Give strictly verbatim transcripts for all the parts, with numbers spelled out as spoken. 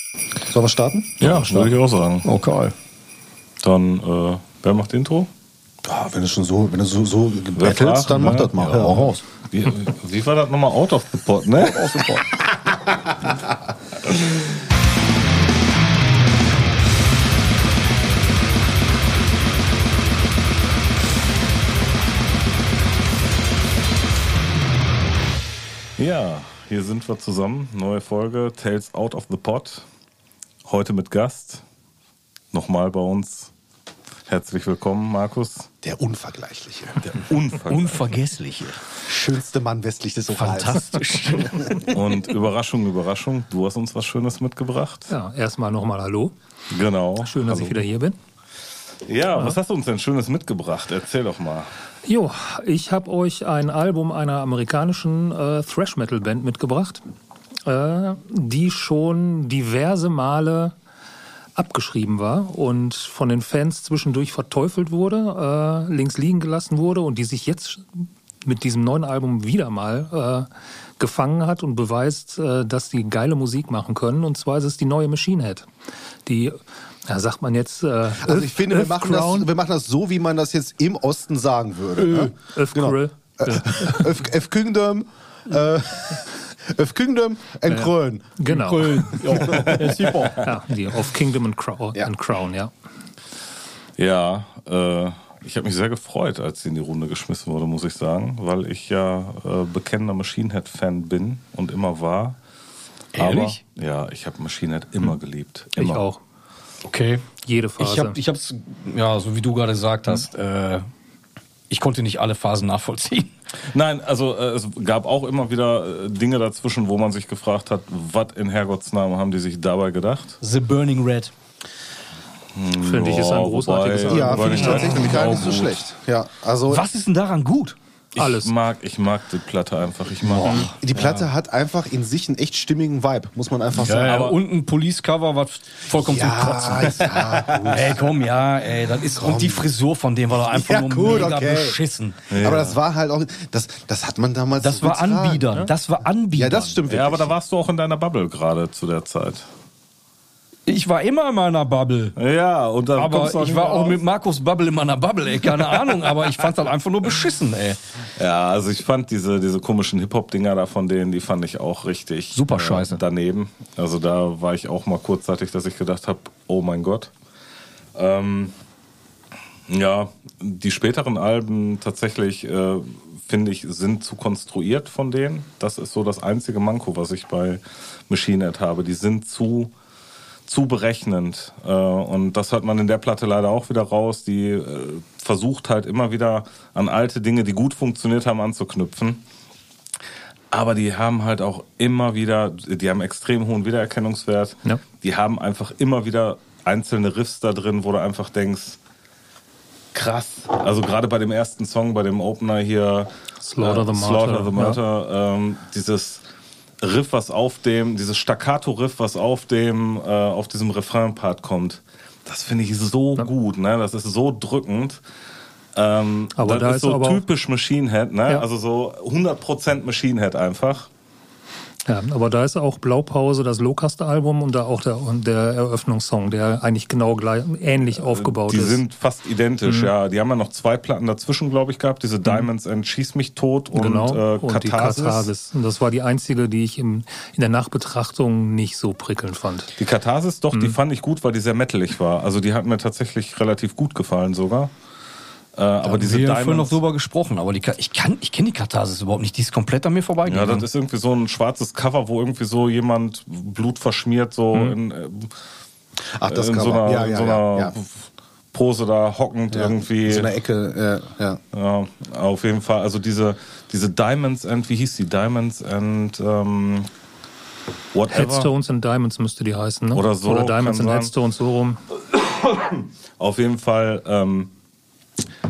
Sollen wir starten? Ja, würde ich auch sagen. Okay. Dann, äh, wer macht Intro? Ja, wenn du schon so, wenn du so, so gebettelst, dann mach das mal. Ja, Ja, auch raus. Wie, wie war das nochmal? Out of the pot, ne? Out of the pot. Ja, hier sind wir zusammen. Neue Folge, Tales Out of the Pot. Heute mit Gast. Nochmal bei uns. Herzlich willkommen, Markus. Der Unvergleichliche. Der Unvergleichliche. Unvergessliche. Schönste Mann westlich des Urals. Fantastisch. Und Überraschung, Überraschung, du hast uns was Schönes mitgebracht. Ja, erstmal nochmal Hallo. Genau. Schön, dass Hallo. ich wieder hier bin. Ja, ja, was hast du uns denn Schönes mitgebracht? Erzähl doch mal. Jo, ich habe euch ein Album einer amerikanischen äh, Thrash-Metal-Band mitgebracht, äh, die schon diverse Male abgeschrieben war und von den Fans zwischendurch verteufelt wurde, äh, links liegen gelassen wurde und die sich jetzt mit diesem neuen Album wieder mal äh, gefangen hat und beweist, äh, dass die geile Musik machen können. Und zwar ist es die neue Machine Head. Die, ja, sagt man jetzt... Äh, also ich finde, wir machen, das, wir machen das so, wie man das jetzt im Osten sagen würde. Ne? Öf genau. Öf Kingdom... Öf Kingdom and ja. Krön. Genau. Krön. Ja, super. Ja, die of Kingdom and Crown, ja. and Crown, ja. Ja, äh, ich habe mich sehr gefreut, als sie in die Runde geschmissen wurde, muss ich sagen, weil ich ja äh, bekennender Machine Head-Fan bin und immer war. Ehrlich? Aber, ja, ich habe Machine Head immer geliebt. Immer. Ich auch. Okay. Jede Phase. Ich habe ich hab's, ja, so wie du gerade gesagt hast, mhm. äh, ich konnte nicht alle Phasen nachvollziehen. Nein, also äh, es gab auch immer wieder äh, Dinge dazwischen, wo man sich gefragt hat, was in Herrgottsnamen haben die sich dabei gedacht? The Burning Red. Finde ich, ist ein großartiges Album. Ja, finde ich tatsächlich gar nicht so schlecht. Ja, also was ist denn daran gut? Ich Alles. mag, ich mag die Platte einfach. Ich mag Boah, die Platte ja. hat einfach in sich einen echt stimmigen Vibe, muss man einfach ja, sagen. Ja, aber und ein Police-Cover war vollkommen ja, zum Kotzen. Ja, gut. Ey, komm, ja, ey, das ist komm. Und die Frisur von dem war doch einfach ja, nur gut, mega okay. beschissen. Ja. Aber das war halt auch, das, das hat man damals Das so war getragen, Anbiedern, ne? das war Anbiedern. Ja, das stimmt wirklich. Ja, aber da warst du auch in deiner Bubble gerade zu der Zeit. Ich war immer in meiner Bubble. Ja, und dann aber ich war auch mit Markus Bubble in meiner Bubble, ey, keine Ahnung, aber ich fand's halt einfach nur beschissen, ey. Ja, also ich fand diese, diese komischen Hip-Hop-Dinger da von denen, die fand ich auch richtig super äh, scheiße daneben. Also da war ich auch mal kurzzeitig, dass ich gedacht habe, oh mein Gott. Ähm, ja, die späteren Alben tatsächlich, äh, finde ich, sind zu konstruiert von denen. Das ist so das einzige Manko, was ich bei Machine Head habe. Die sind zu... zu berechnend. Und das hört man in der Platte leider auch wieder raus. Die versucht halt immer wieder an alte Dinge, die gut funktioniert haben, anzuknüpfen. Aber die haben halt auch immer wieder, die haben extrem hohen Wiedererkennungswert. Ja. Die haben einfach immer wieder einzelne Riffs da drin, wo du einfach denkst, krass. Also gerade bei dem ersten Song, bei dem Opener hier, Slaughter the äh, Martyr, Slaughter the Martyr ja. ähm, dieses Riff, was auf dem, dieses Staccato-Riff, was auf dem, äh, auf diesem Refrain-Part kommt, das finde ich so ja. gut, ne? Das ist so drückend. Ähm, aber das da ist, ist so aber typisch Machine Head, ne? Ja. Also so hundert Prozent Machine Head einfach. Ja, aber da ist auch Blaupause, das Low-Cost-Album und da auch der, der Eröffnungssong, der eigentlich genau gleich, ähnlich aufgebaut die ist. Die sind fast identisch, mhm. ja. Die haben ja noch zwei Platten dazwischen, glaube ich, gehabt. Diese Diamonds and Schieß mich tot und, genau. äh, und Katharsis. die Katharsis. Und das war die einzige, die ich im, in der Nachbetrachtung nicht so prickelnd fand. Die Katharsis, doch, mhm. die fand ich gut, weil die sehr metalig war. Also die hat mir tatsächlich relativ gut gefallen sogar. Äh, aber diese wir haben Diamonds, vorhin noch drüber gesprochen, aber die, ich kann, ich kenne die Katharsis überhaupt nicht, die ist komplett an mir vorbeigegangen. Ja, das ist irgendwie so ein schwarzes Cover, wo irgendwie so jemand Blut verschmiert, so hm. in, äh, Ach, das in Cover. so einer, ja, ja, in so einer ja, ja. Pose da hockend ja, irgendwie. In so einer Ecke, ja, ja. Ja, auf jeden Fall. Also diese, diese Diamonds and, wie hieß die? Diamonds and ähm, whatever. Headstones and Diamonds müsste die heißen, ne? Oder so. Oder Diamonds and sein. Headstones, so rum. Auf jeden Fall, ähm,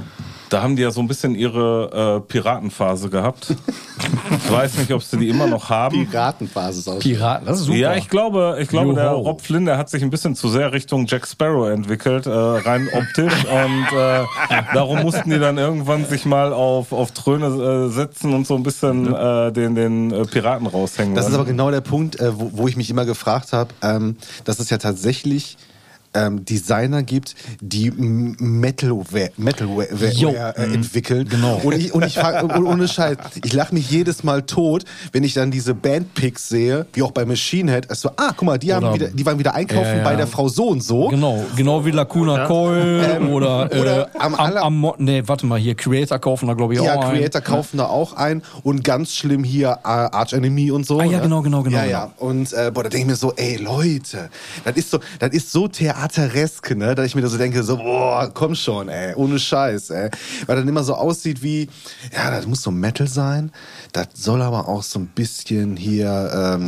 Da haben die ja so ein bisschen ihre äh, Piratenphase gehabt. Ich weiß nicht, ob sie die immer noch haben. Piratenphase ist auch Piraten, das ist super. Ja, ich glaube, ich glaube, der Joho. Rob Flynn, der hat sich ein bisschen zu sehr Richtung Jack Sparrow entwickelt, äh, rein optisch. Und äh, darum mussten die dann irgendwann sich mal auf, auf Throne äh, setzen und so ein bisschen äh, den, den äh, Piraten raushängen. Das ist lassen. aber genau der Punkt, äh, wo, wo ich mich immer gefragt habe, ähm, dass es ja tatsächlich ähm, Designer gibt, die M- Metalware, Metalware Jo. äh, entwickeln. Genau. Und ich, und ich frage, und ohne Scheiß, ich lache mich jedes Mal tot, wenn ich dann diese Bandpics sehe, wie auch bei Machine Head. Also, ah, guck mal, die, haben Oder- wieder, die waren wieder einkaufen Ja, ja. bei der Frau so und so. Genau, genau wie Lacuna Ja. Coil oder, oder äh, am am, aller- am, Mo- nee, warte mal, hier Creator kaufen da glaube ich Ja, auch ein. Creator kaufen da auch ein und ganz schlimm hier äh, Arch Enemy und so. Ah, ja, ne? genau, genau, genau, Ja, ja. Und äh, boah, da denke ich mir so, ey Leute, das ist so, das ist so theateresk, ne, dass ich mir da so denke, so, boah, komm schon, ey, ohne Scheiß, ey. Weil dann immer so aussieht wie, ja, das muss so Metal sein, das soll aber auch so ein bisschen hier, ähm,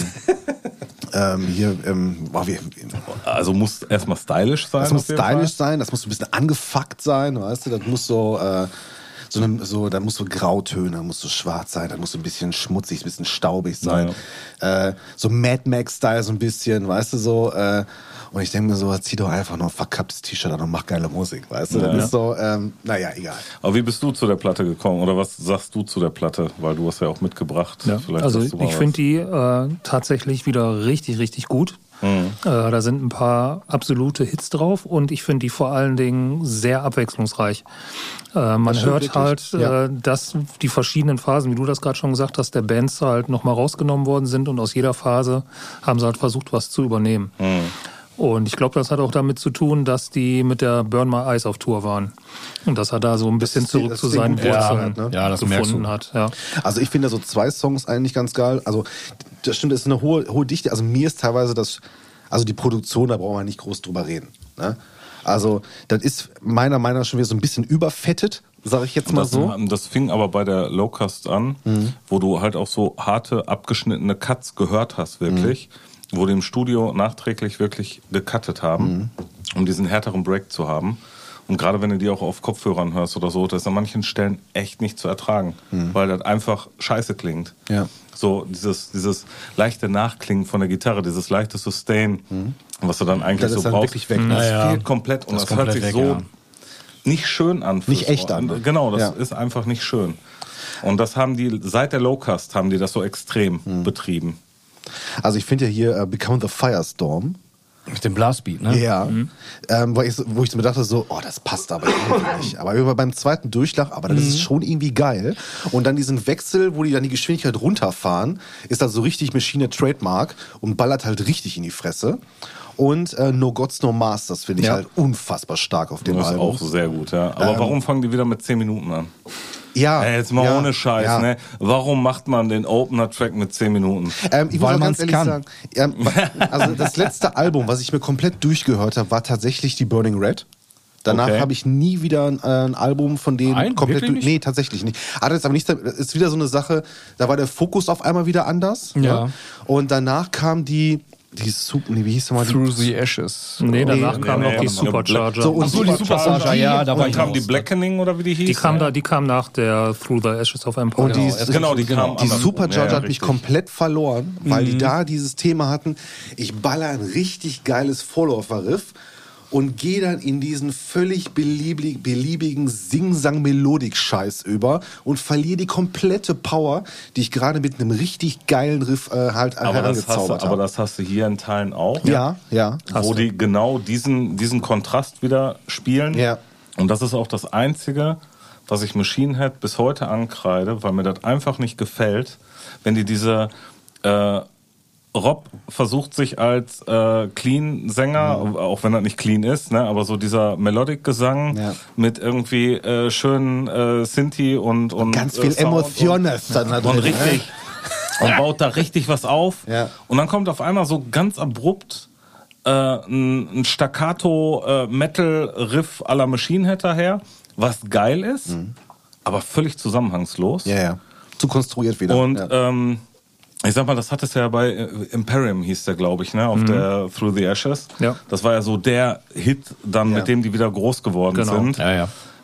ähm, hier, ähm, boah, wie, Also muss erstmal stylisch sein. das muss auf jeden stylisch sein, das muss ein bisschen angefuckt sein, weißt du, das muss so, äh, so, eine, so, da muss so Grautöne, da muss so schwarz sein, da muss so ein bisschen schmutzig, ein bisschen staubig sein. Äh, so Mad Max-Style so ein bisschen, weißt du, so, äh, und ich denke mir so, zieh doch einfach noch ein verkapptes T-Shirt an und mach geile Musik, weißt du, Ja. das ist so, ähm, naja, egal. Aber wie bist du zu der Platte gekommen? Oder was sagst du zu der Platte? Weil du hast ja auch mitgebracht. Ja, Vielleicht also sagst du mal ich was. finde die äh, tatsächlich wieder richtig, richtig gut. Mhm. Äh, da sind ein paar absolute Hits drauf und ich finde die vor allen Dingen sehr abwechslungsreich. Äh, man stimmt hört wirklich. halt, Ja. äh, dass die verschiedenen Phasen, wie du das gerade schon gesagt hast, der Bands halt nochmal rausgenommen worden sind und aus jeder Phase haben sie halt versucht, was zu übernehmen. Mhm. Und ich glaube, das hat auch damit zu tun, dass die mit der Burn My Eyes auf Tour waren. Und dass er da so ein bisschen ist die- zurück das zu ist die seinen gute Wurzeln Zeit, ne? Ja, das merkst gefunden du. hat. Ja. Also ich finde so zwei Songs eigentlich ganz geil. Also das stimmt, das ist eine hohe, hohe Dichte. Also mir ist teilweise das, also die Produktion, da brauchen wir nicht groß drüber reden. Ne? Also das ist meiner Meinung nach schon wieder so ein bisschen überfettet, sage ich jetzt mal Das, so. das fing aber bei der Lowcast an, Mhm. wo du halt auch so harte, abgeschnittene Cuts gehört hast, wirklich. Mhm. Wo die im Studio nachträglich wirklich gecuttet haben, Mhm. um diesen härteren Break zu haben. Und gerade wenn du die auch auf Kopfhörern hörst oder so, das ist an manchen Stellen echt nicht zu ertragen, weil das einfach scheiße klingt. Mhm. Ja. So dieses, dieses leichte Nachklingen von der Gitarre, dieses leichte Sustain, was du dann eigentlich Das so ist dann brauchst. wirklich weg, ne? Das Ja, ja. fehlt komplett und Das das, ist hört komplett sich weg, so ja. nicht schön an. fürs Nicht echt Ohr. an, ne? Genau, das Ja. ist einfach nicht schön. Und das haben die, seit der Lowcast haben die das so extrem Mhm. betrieben. Also ich finde ja hier äh, Become the Firestorm. Mit dem Blastbeat, ne? Ja. Ähm, weil ich, so- wo ich mir dachte so, oh, das passt aber irgendwie nicht. Aber irgendwie beim zweiten Durchlauf, aber das ist schon irgendwie geil. Und dann diesen Wechsel, wo die dann die Geschwindigkeit runterfahren, ist das so richtig Maschine Trademark und ballert halt richtig in die Fresse. Und äh, No Gods No Masters finde ich Ja. halt unfassbar stark auf dem Das ist Album. auch sehr gut, ja. Aber Ähm, warum fangen die wieder mit zehn Minuten an? Ja. Ey, jetzt mal ja, ohne Scheiß, ja. ne? Warum macht man den Opener-Track mit zehn Minuten? Ähm, ich Weil muss auch man's ganz ehrlich kann. sagen, ähm, also das letzte Album, was ich mir komplett durchgehört habe, war tatsächlich die Burning Red. Danach Okay. habe ich nie wieder ein, äh, ein Album von denen Nein, komplett wirklich durch. nicht? Nee, tatsächlich nicht. Ah, das ist aber nicht, das ist wieder so eine Sache, da war der Fokus auf einmal wieder anders. Ja. Und danach kam die, die Super, nee, wie hieß nochmal die? Through the Ashes. Nee, danach Nee, kam nee, noch die nee, Supercharger. So, und Ach so, die Supercharger, ja, da war Dann ich kam die raus. Blackening oder wie die hieß. die kam ne? da, die kam nach der Through the Ashes of Empire. Und die, Genau, genau, die kam die andersrum. Supercharger Ja, ja, hat mich richtig. komplett verloren, weil Mhm. die da dieses Thema hatten, ich baller ein richtig geiles Vorläufer-Riff und gehe dann in diesen völlig beliebig, beliebigen Sing-Sang-Melodik-Scheiß über und verliere die komplette Power, die ich gerade mit einem richtig geilen Riff äh, halt aber das, hast du, herangezaubert aber habe. das hast du hier in Teilen auch. Ja, ja. Wo die genau diesen, diesen Kontrast wieder spielen. Ja. Und das ist auch das Einzige, was ich Machine Head bis heute ankreide, weil mir das einfach nicht gefällt, wenn die diese äh, Rob versucht sich als äh, Clean-Sänger, Mhm. auch wenn er nicht clean ist, ne, aber so dieser Melodic-Gesang Ja. mit irgendwie äh, schönen äh, Synthi und, und Ganz äh, viel Sound Emotionen dann da und, und drin, richtig und baut da richtig was auf. Ja. Und dann kommt auf einmal so ganz abrupt äh, ein, ein Staccato-Metal-Riff à la Machine Head daher, was geil ist, aber völlig zusammenhangslos. Mhm. Ja, ja. Zu konstruiert wieder. Und ja. ähm, ich sag mal, das hat es ja bei äh, Imperium hieß der, glaube ich, ne, auf der Through the Ashes. Ja. Das war ja so der Hit dann, Ja. mit dem die wieder groß geworden Genau. sind. Ja, ja.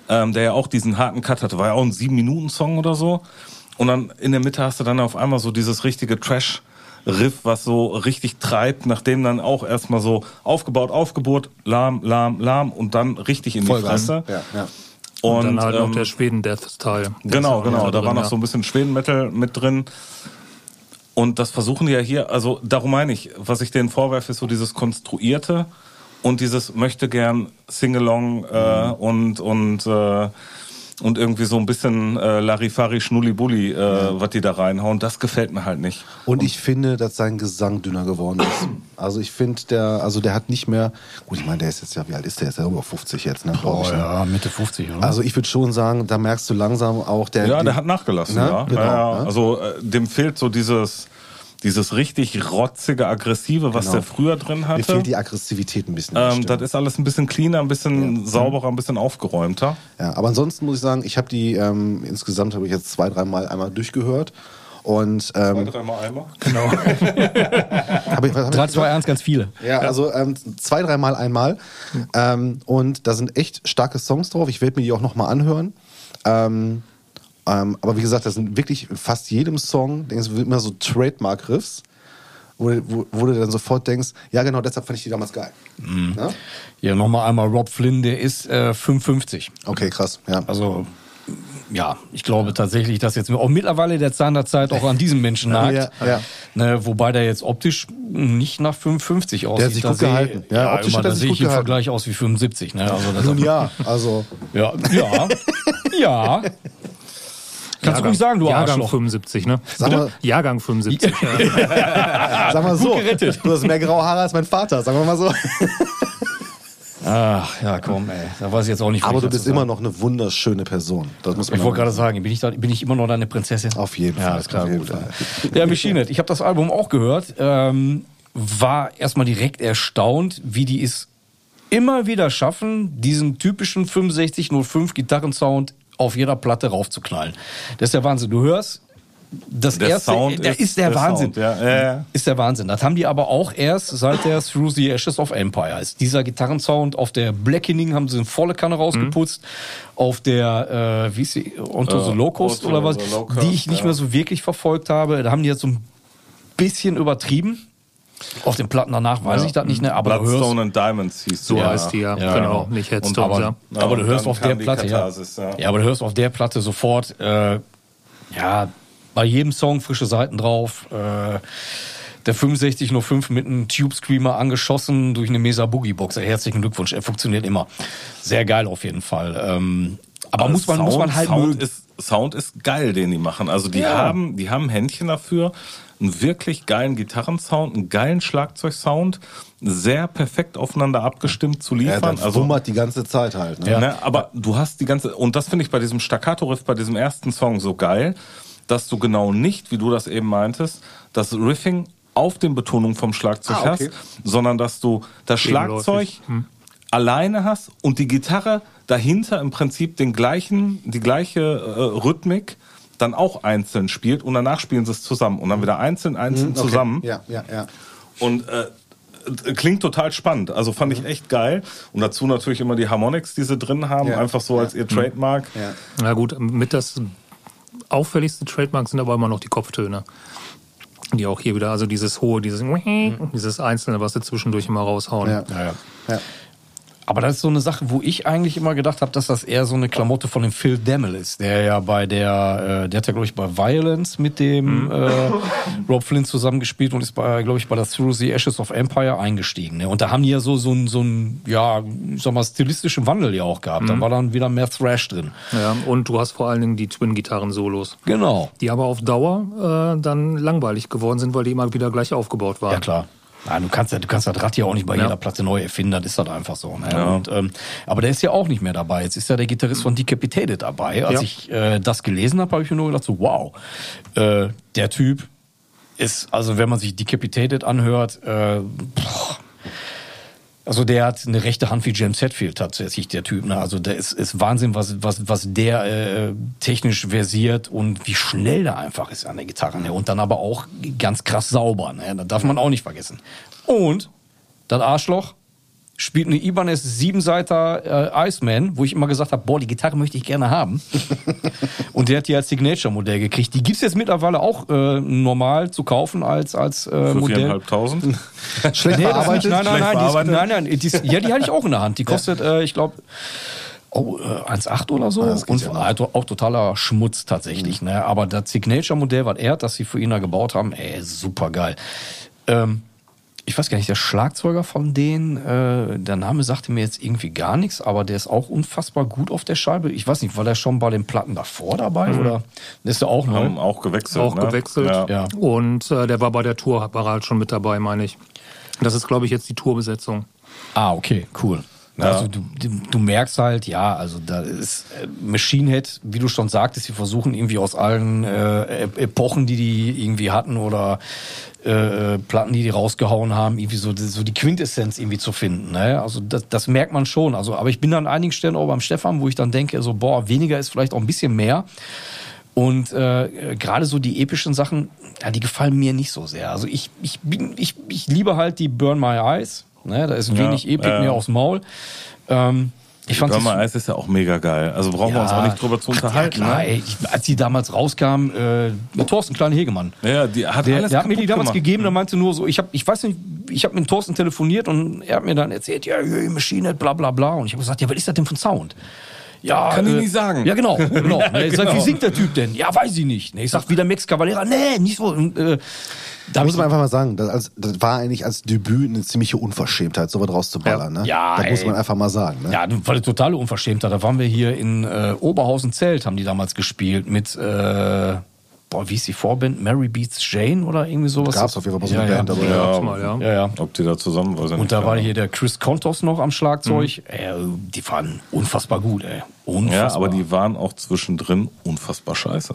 ähm, der ja auch diesen harten Cut hatte, war ja auch ein sieben Minuten Song oder so. Und dann in der Mitte hast du dann auf einmal so dieses richtige Trash Riff, was so richtig treibt, nachdem dann auch erstmal so aufgebaut, aufgebaut, lahm, lahm, lahm und dann richtig in die Voll Fresse. Ja, ja. Und, Und, dann halt ähm, noch der Schweden-Death-Style. Genau, genau. Da drin, war noch ja. so ein bisschen Schweden-Metal mit drin. Und das versuchen die ja hier, also darum meine ich, was ich denen vorwerfe, ist so dieses Konstruierte und dieses möchte gern Singalong äh, und und äh, und irgendwie so ein bisschen äh, Larifari Schnullibulli, äh, ja. was die da reinhauen, das gefällt mir halt nicht. Und ich finde, dass sein Gesang dünner geworden ist. Also ich finde, der, also der hat nicht mehr, gut, ich meine, der ist jetzt ja, wie alt ist der? Ist ja über fünfzig jetzt, ne? Oh ich, ja, Mitte fünfzig, oder? Also ich würde schon sagen, da merkst du langsam auch der... Ja, die, der hat nachgelassen, ne? ja. Genau, naja, ne? Also äh, dem fehlt so dieses dieses richtig rotzige, aggressive, was Genau. der früher drin hatte. Mir fehlt die Aggressivität ein bisschen. Ähm, das ist alles ein bisschen cleaner, ein bisschen Ja. sauberer, ein bisschen aufgeräumter. Ja, aber ansonsten muss ich sagen, ich habe die ähm, insgesamt habe ich jetzt zwei, dreimal einmal durchgehört. Und ähm, Zwei, dreimal einmal. Genau. hab ich, was hab drei, ich zwei, eins, ganz viele. Ja, also ähm, zwei, dreimal einmal. Ähm, und da sind echt starke Songs drauf. Ich werde mir die auch nochmal anhören. Ähm, ähm, aber wie gesagt, das sind wirklich in fast jedem Song, denkst du, immer so Trademark-Riffs, wo, wo, wo du dann sofort denkst, ja genau, deshalb fand ich die damals geil. Mhm. Ja? Ja, nochmal einmal Rob Flynn, der ist äh, fünfundfünfzig. Okay, krass. Ja. Also, ja, ich glaube tatsächlich, dass jetzt auch mittlerweile der Zahn der Zeit auch an diesem Menschen nagt. Ja, ja. Ne, wobei der jetzt optisch nicht nach fünfundfünfzig aussieht. Der hat sich Da gut sehe- gehalten. Ja, Ja, optisch immer, hat er da sich sehe gut ich im gehalten. Vergleich aus wie fünfundsiebzig. Ne? Also das Nun ja, also ja, ja, ja. Kannst du ruhig sagen, du Jahrgang Arschloch. fünfundsiebzig, ne? Sag mal- Jahrgang fünfundsiebzig. Ja. sag mal so, gerettet. du hast mehr graue Haare als mein Vater, sagen wir mal so. Ach, ja, komm, ey. Da weiß ich jetzt auch nicht, was Aber ich du dazu bist sagen. immer noch eine wunderschöne Person. Das muss man Ich wollte auch gerade sagen, bin ich, da, bin ich immer noch deine Prinzessin? Auf jeden Ja, Fall. ist klar, auf jeden gut. Fall. Ja, Machinet, ich habe das Album auch gehört, ähm, war erstmal direkt erstaunt, wie die es immer wieder schaffen, diesen typischen fünfundsechzig null fünf Gitarrensound auf jeder Platte raufzuknallen. Das ist der Wahnsinn. Du hörst, das Der erste, Sound der ist ist der, der Wahnsinn. Sound, ja. Ja, ja. Ist der Wahnsinn. Das haben die aber auch erst seit der Through the Ashes of Empire ist. Dieser Gitarrensound auf der Blackening haben sie eine volle Kanne rausgeputzt. Auf der, äh, wie ist sie, Onto the Äh, Low Coast Onto oder was, the Low Coast, die ich nicht ja. mehr so wirklich verfolgt habe. Da haben die jetzt so ein bisschen übertrieben. Auf den Platten danach weiß ich das nicht, ne? Aber du hörst, Bloodstone and Diamonds hieß So ja. heißt die ja. Ja, genau, genau. nicht Und Headstones, aber, ja. Ja, aber du und hörst dann auf kam der die Platte, ja. Katharsis, ja. ja, aber du hörst auf der Platte sofort, äh, ja, bei jedem Song frische Seiten drauf, äh, der fünfundsechzig null fünf mit einem Tube Screamer angeschossen durch eine Mesa Boogie Box. Herzlichen Glückwunsch, er funktioniert immer. Sehr geil auf jeden Fall. Ähm, aber Aber muss man, Sound, muss man halt Sound mögen. ist Sound ist geil, den die machen. Also die Ja. haben, die haben Händchen dafür, einen wirklich geilen Gitarrensound, einen geilen Schlagzeugsound, sehr perfekt aufeinander abgestimmt zu Ja, liefern. das also wummert die ganze Zeit halt. Ne? Ja. Ne, aber du hast die ganze, und das finde ich bei diesem Staccato-Riff, bei diesem ersten Song so geil, dass du genau nicht, wie du das eben meintest, das Riffing auf den Betonungen vom Schlagzeug Ah, okay. hast, sondern dass du das Schlagzeug Nebenläufig. Hm. alleine hast und die Gitarre dahinter im Prinzip den gleichen, die gleiche äh, Rhythmik dann auch einzeln spielt und danach spielen sie es zusammen und dann wieder einzeln, einzeln Okay. zusammen. Ja, ja, ja. Und äh, äh, klingt total spannend. Also fand ich echt geil. Und dazu natürlich immer die Harmonics, die sie drin haben, Ja. einfach so als ihr Trademark. ja. Na gut, mit das auffälligste Trademark sind aber immer noch die Kopftöne. Die auch hier wieder, also dieses hohe, dieses, dieses Einzelne, was sie zwischendurch immer raushauen. Ja. Ja, ja. Ja. Aber das ist so eine Sache, wo ich eigentlich immer gedacht habe, dass das eher so eine Klamotte von dem Phil Demmel ist, der ja bei der, äh, der hat ja glaube ich bei Violence mit dem äh, Rob Flynn zusammengespielt und ist bei, glaube ich, bei der Through the Ashes of Empire eingestiegen. Ne? Und da haben die ja so so ein so ein ja, ich sag mal stilistischen Wandel ja auch gehabt. Da war dann wieder mehr Thrash drin. Ja, und du hast vor allen Dingen die Twin-Gitarren-Solos, Genau. die aber auf Dauer äh, dann langweilig geworden sind, weil die immer wieder gleich aufgebaut waren. Ja klar. Nein, du kannst ja, du kannst das Rad ja auch nicht bei Ja. jeder Platte neu erfinden, das ist halt einfach so. Ne? Ja. Und, ähm, aber der ist ja auch nicht mehr dabei. Jetzt ist ja der Gitarrist von Decapitated dabei. Als Ja. ich äh, das gelesen habe, habe ich mir nur gedacht, so wow, äh, der Typ ist, also wenn man sich Decapitated anhört, äh, boah, also der hat eine rechte Hand wie James Hetfield tatsächlich, der Typ. Ne? Also der ist, ist Wahnsinn, was, was, was der äh, technisch versiert und wie schnell der einfach ist an der Gitarre. Ne? Und dann aber auch ganz krass sauber. Ne? Das darf man auch nicht vergessen. Und das Arschloch spielt eine Ibanez Siebenseiter äh, Iceman, wo ich immer gesagt habe, boah, die Gitarre möchte ich gerne haben. Und der hat die als Signature-Modell gekriegt. Die gibt's jetzt mittlerweile auch äh, normal zu kaufen als, als äh, Für Modell. viertausendfünfhundert? Schlecht Nee, das verarbeitet? nicht, nein, nein, Schlecht nein, die ist, verarbeitet? nein, nein, die ist, ja, die hatte ich auch in der Hand. Die kostet, äh, ich glaube, oh, äh, eins Komma acht oder so. Ah, das geht Und ja noch. also auch totaler Schmutz tatsächlich. Ne? Aber das Signature-Modell, was er hat, das sie für ihn da gebaut haben, ey, super geil. Ähm, ich weiß gar nicht, der Schlagzeuger von denen, äh, der Name sagte mir jetzt irgendwie gar nichts, aber der ist auch unfassbar gut auf der Scheibe. Ich weiß nicht, war der schon bei den Platten davor dabei Mhm. oder ist der auch neu? Haben auch gewechselt. Auch ne? gewechselt. Ja. Ja. Und äh, der war bei der Tour, war halt schon mit dabei, meine ich. Das ist, glaube ich, jetzt die Tourbesetzung. Ah, okay, cool. Ja. Also du, du, du merkst halt, ja, also da ist äh, Machine Head, wie du schon sagtest, sie versuchen irgendwie aus allen äh, Epochen, die die irgendwie hatten oder äh, Platten, die die rausgehauen haben, irgendwie so, so die Quintessenz irgendwie zu finden. Ne? Also das, das merkt man schon. Also, aber ich bin an einigen Stellen auch beim Stefan, wo ich dann denke, so boah, weniger ist vielleicht auch ein bisschen mehr. Und äh, gerade so die epischen Sachen, ja, die gefallen mir nicht so sehr. Also ich, ich, bin, ich, ich liebe halt die Burn My Eyes. Ne? Da ist wenig Ja, Epik ja. mehr aufs Maul. Ähm, ich fand Burn My Eyes ist ja auch mega geil. Also brauchen wir uns auch nicht drüber zu unterhalten. Ja, klar, ne? ey, ich, als die damals rauskam, äh, mit Thorsten Kleine-Hegemann. Ja, die hat Der, alles der hat mir die kaputt damals gemacht. gegeben, der meinte nur so, ich habe, ich weiß nicht, ich habe mit Thorsten telefoniert und er hat mir dann erzählt, ja, hey, Machine Head, bla bla bla. Und ich habe gesagt, ja, was ist das denn für ein Sound? Ja, Kann ich nicht sagen. Ja, genau. genau. Ja, Ich sag, genau. wie singt der Typ denn? Ja, weiß ich nicht. Ich sag, wie der Max Cavalera. Nee, nicht so. Und, äh, Da da hab muss ich man einfach mal sagen, das, als, das war eigentlich als Debüt eine ziemliche Unverschämtheit, sowas rauszuballern. Ne? Ja, das muss ey. man einfach mal sagen. Ne? Ja, das war eine totale Unverschämtheit. Da waren wir hier in äh, Oberhausen-Zelt, haben die damals gespielt mit, äh, boah, wie ist die Vorband? Mary Beats Jane oder irgendwie sowas? Gab's auf jeden Fall mal so ja, eine ja. Band, aber Ja, Gab's mal, ja. Ja, ja. Ob die da zusammen war, Und da war hier der Chris Kontos noch am Schlagzeug. Äh, die waren unfassbar gut, ey. Unfassbar. Ja, aber die waren auch zwischendrin unfassbar scheiße.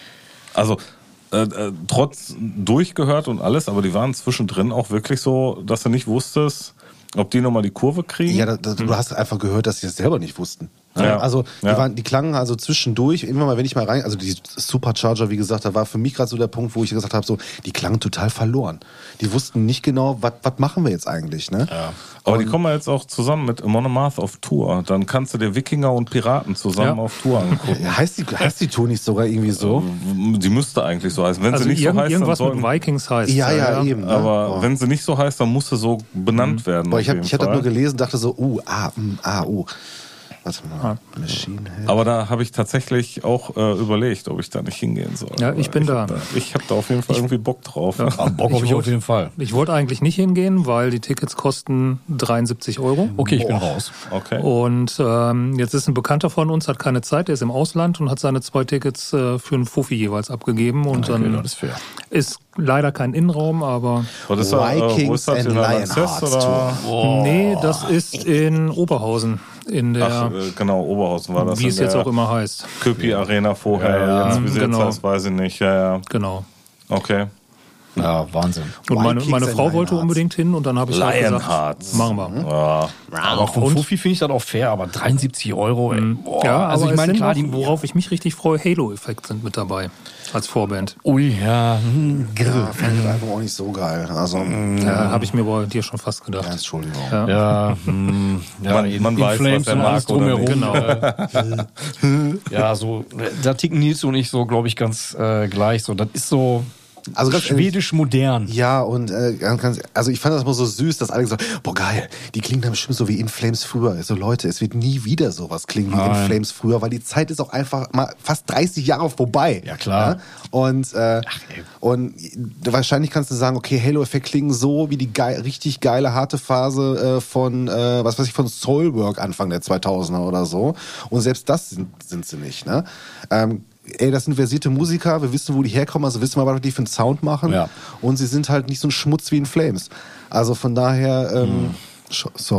Also äh, äh, trotz durchgehört und alles, aber die waren zwischendrin auch wirklich so, dass du nicht wusstest, ob die nochmal die Kurve kriegen. Ja, das, das, du hast einfach gehört, dass sie es selber nicht wussten. Ja. Also die, Ja. waren, die klangen also zwischendurch, immer mal, wenn ich mal rein, also die Supercharger, wie gesagt, da war für mich gerade so der Punkt, wo ich gesagt habe, so, die klangen total verloren. Die wussten nicht genau, was machen wir jetzt eigentlich, ne? Ja. Aber die kommen ja jetzt auch zusammen mit Amon Amarth auf Tour. Dann kannst du dir Wikinger und Piraten zusammen Ja. auf Tour angucken. Ja, heißt die, heißt die Tour nicht sogar irgendwie so? Die müsste eigentlich so heißen. Wenn Also sie nicht irgend, so heißt, dann irgendwas mit sollten, Vikings heißt. Ja, ja, eben. Ne? aber Boah. wenn sie nicht so heißt, dann muss sie so benannt werden. Boah, auf ich habe jeden ich hab das Fall. nur gelesen, dachte so, uh, ah, mm, ah, uh. Warte mal, Machine Head. Aber da habe ich tatsächlich auch äh, überlegt, ob ich da nicht hingehen soll. Ja, ich bin ich da. Hab da. Ich habe da auf jeden Fall irgendwie Bock drauf. Ja. Ah, Bock habe ich auf jeden Fall. Ich wollte eigentlich nicht hingehen, weil die Tickets kosten dreiundsiebzig Euro. Okay, ich bin raus. Okay. Und ähm, jetzt ist ein Bekannter von uns, hat keine Zeit, der ist im Ausland und hat seine zwei Tickets äh, für einen Fuffi jeweils abgegeben. Und Okay, dann das ist fair. ist leider kein Innenraum, aber Was ist da, äh, wo Vikings ist das? and In der Lionhearts Lanxess, oder? Tour. nee, das ist in Oberhausen, in der, Ach, äh, genau, Oberhausen war das. wie in es jetzt der auch immer heißt. Köpi Arena vorher. Ja, ja, jetzt, wie sie genau. jetzt heißt, weiß ich nicht. Ja, ja. Genau. Okay. Ja, Wahnsinn. Und meine, Vikings meine and Frau wollte Lionhearts. unbedingt hin und dann habe ich halt Lionhearts. gesagt, machen wir. Ja. Aber vom Fuffi finde ich das auch fair, aber dreiundsiebzig Euro, ey. Boah, Ja, also aber ich meine, es klar, sind die, noch, worauf ich mich richtig freue, Halo-Effekt sind mit dabei als Vorband. Ui, ja, hm, Ja, fand ich einfach auch nicht so geil. Also, Ja, habe ich mir bei dir schon fast ja, gedacht. Entschuldigung. Ja. ja, hm, ja, Man- in, man in weiß, Flames was er und alles mag oder drumherum. Genau. Äh, ja, so, da ticken Nils und ich so, glaube ich, ganz äh, gleich. So, das ist so Also ganz ehrlich, schwedisch modern. Ja, und äh, ganz, also ich fand das immer so süß, dass alle gesagt haben, boah geil, die klingen dann bestimmt so wie In Flames früher. So Leute, es wird nie wieder sowas klingen wie In Nein. Flames früher, weil die Zeit ist auch einfach mal fast dreißig Jahre vorbei. Ja, klar. Ja? Und, äh, ey. und wahrscheinlich kannst du sagen, okay, Halo-Effekt klingen so wie die geil, richtig geile, harte Phase äh, von, äh, was weiß ich, von Soilwork Anfang der zweitausender oder so. Und selbst das sind, sind sie nicht, ne? Ähm, Ey, das sind versierte Musiker, wir wissen, wo die herkommen, also wissen wir, was die für einen Sound machen. Ja. Und sie sind halt nicht so ein Schmutz wie in Flames. Also von daher, ähm, sch- sorry.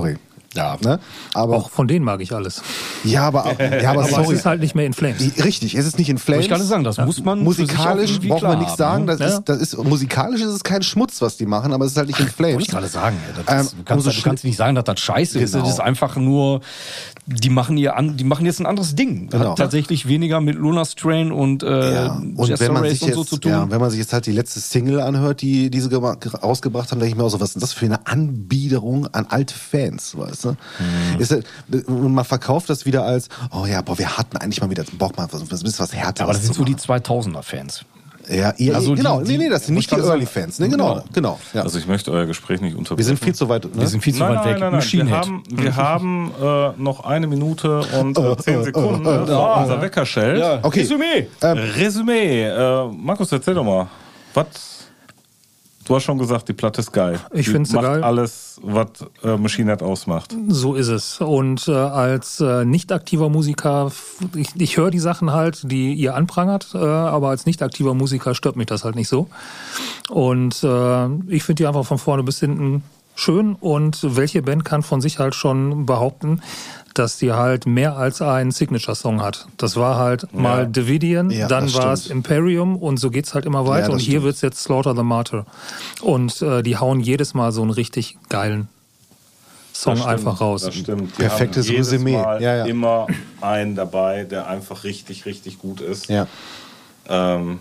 Ja. Ne? Aber, Auch von denen mag ich alles. ja, aber, ja, aber Aber sorry. es ist halt nicht mehr in Flames. Richtig, es ist nicht in Flames. Ich kann sagen, das muss man für sich auch Musikalisch irgendwie braucht man klar nichts haben, sagen. ne? Das, Ja. ist, das ist, musikalisch ist es kein Schmutz, was die machen, aber es ist halt nicht in Flames. Wollte ich gerade sagen. Ja, das ist, Ähm, du, kannst, umso du kannst nicht sagen, dass das scheiße ist. Genau. Das ist einfach nur, die machen, ihr an, die machen jetzt ein anderes Ding. Das Genau. hat tatsächlich weniger mit Luna Strain und, äh, Ja, und Jester wenn man Race sich und so jetzt, zu tun. ja, wenn man sich jetzt halt die letzte Single anhört, die diese gema- rausgebracht haben, denke ich mir auch so, was ist das für eine Anbiederung an alte Fans, weißt du? Mhm. Ist, halt- und man verkauft das wieder als, oh ja, boah, wir hatten eigentlich mal wieder Bock, mal was, was, was härter. Aber das sind so die zweitausender-Fans. ja, ja, also genau, die- nee, nee, das sind die- nicht die muss ich Early sagen. Fans, ne, genau, Genau. genau. Ja. Also ich möchte euer Gespräch nicht unterbrechen. Wir sind viel zu weit, ne? Wir sind viel zu nein, weit nein, weg. nein, nein. Machine Wir Head. haben, wir haben äh, noch eine Minute und äh, zehn Sekunden, äh, bevor unser Wecker schellt. Ja. Okay. Resümee. Resümee. Äh, Markus, erzähl doch mal. Was? Du hast schon gesagt, die Platte ist geil. Ich Die find's macht geil. alles, was äh, Machine Head ausmacht. So ist es. Und äh, als äh, nicht aktiver Musiker, f- ich, ich höre die Sachen halt, die ihr anprangert, äh, aber als nicht aktiver Musiker stört mich das halt nicht so. Und äh, ich finde die einfach von vorne bis hinten schön. Und welche Band kann von sich halt schon behaupten, dass die halt mehr als einen Signature-Song hat. Das war halt mal Davidian, Ja, dann das war es stimmt. Imperium und so geht's halt immer weiter. das und hier stimmt. wird's jetzt Slaughter the Martyr. Und äh, die hauen jedes Mal so einen richtig geilen Song Das stimmt, einfach raus. Das stimmt. Die Perfektes haben jedes Resümee. Mal Ja, ja. immer einen dabei, der einfach richtig, richtig gut ist. Ja. Ähm,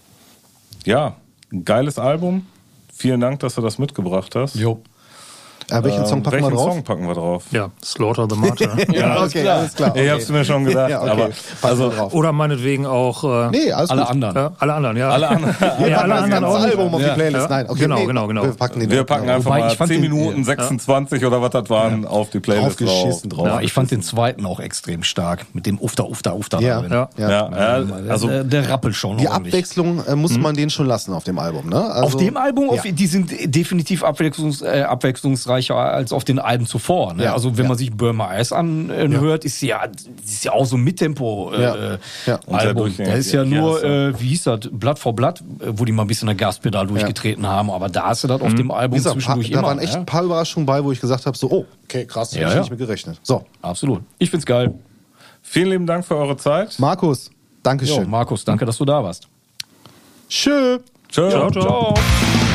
ja, ein geiles Album. Vielen Dank, dass du das mitgebracht hast. Jo. Äh, welchen Song packen welchen wir drauf? Song packen wir drauf? Ja, Slaughter the Martyr. Ja, okay, alles klar. Ich hab's mir schon gedacht. Ja, okay. Aber Packen also wir drauf. Oder meinetwegen auch äh, Nee, alles Alle gut. anderen. äh, alle anderen, ja. alle anderen. ja, packen alle das anderen ganze auch. Album auf die Ja. Playlist. Ja. Nein, okay, Genau, nee, genau, genau. Wir packen den Wir packen einfach Wobei, mal ich fand zehn den- Minuten sechsundzwanzig oder was das waren auf die Playlist Draufgeschissen drauf. drauf. Ja, ich fand den zweiten auch extrem stark. Mit dem Ufter, Ufter, Ufter. Ja, da drin. Ja. ja. Ja, ja, Also also der, der rappelt schon Die ordentlich. Abwechslung äh, muss man den schon lassen auf dem Album, ne? Also, Auf dem Album, auf, ja. die sind definitiv abwechslungs, äh, abwechslungsreicher als auf den Alben zuvor. Ne? Ja, Also wenn ja. man sich Burma Ice anhört, ist ja, ist ja auch so ein Mittempo äh, Ja, ja. Und sehr Album. durchgängig. Da ist ja Ja, nur, so. äh, wie hieß das, Blatt vor Blatt, äh, wo die mal ein bisschen der Gaspedal durchgetreten haben. Aber da hast du das auf dem Wie Album gesagt, paar, zwischendurch da immer. waren echt ja? ein paar Überraschungen bei, wo ich gesagt habe, so, oh, okay, krass, Ja, hätte ich ja. nicht mit gerechnet. So, Absolut. Ich find's geil. vielen lieben Dank für eure Zeit. Markus, Jo, Dankeschön. Markus, danke, dass du da warst. Tschö. Tschö. Ciao, ciao. Ciao.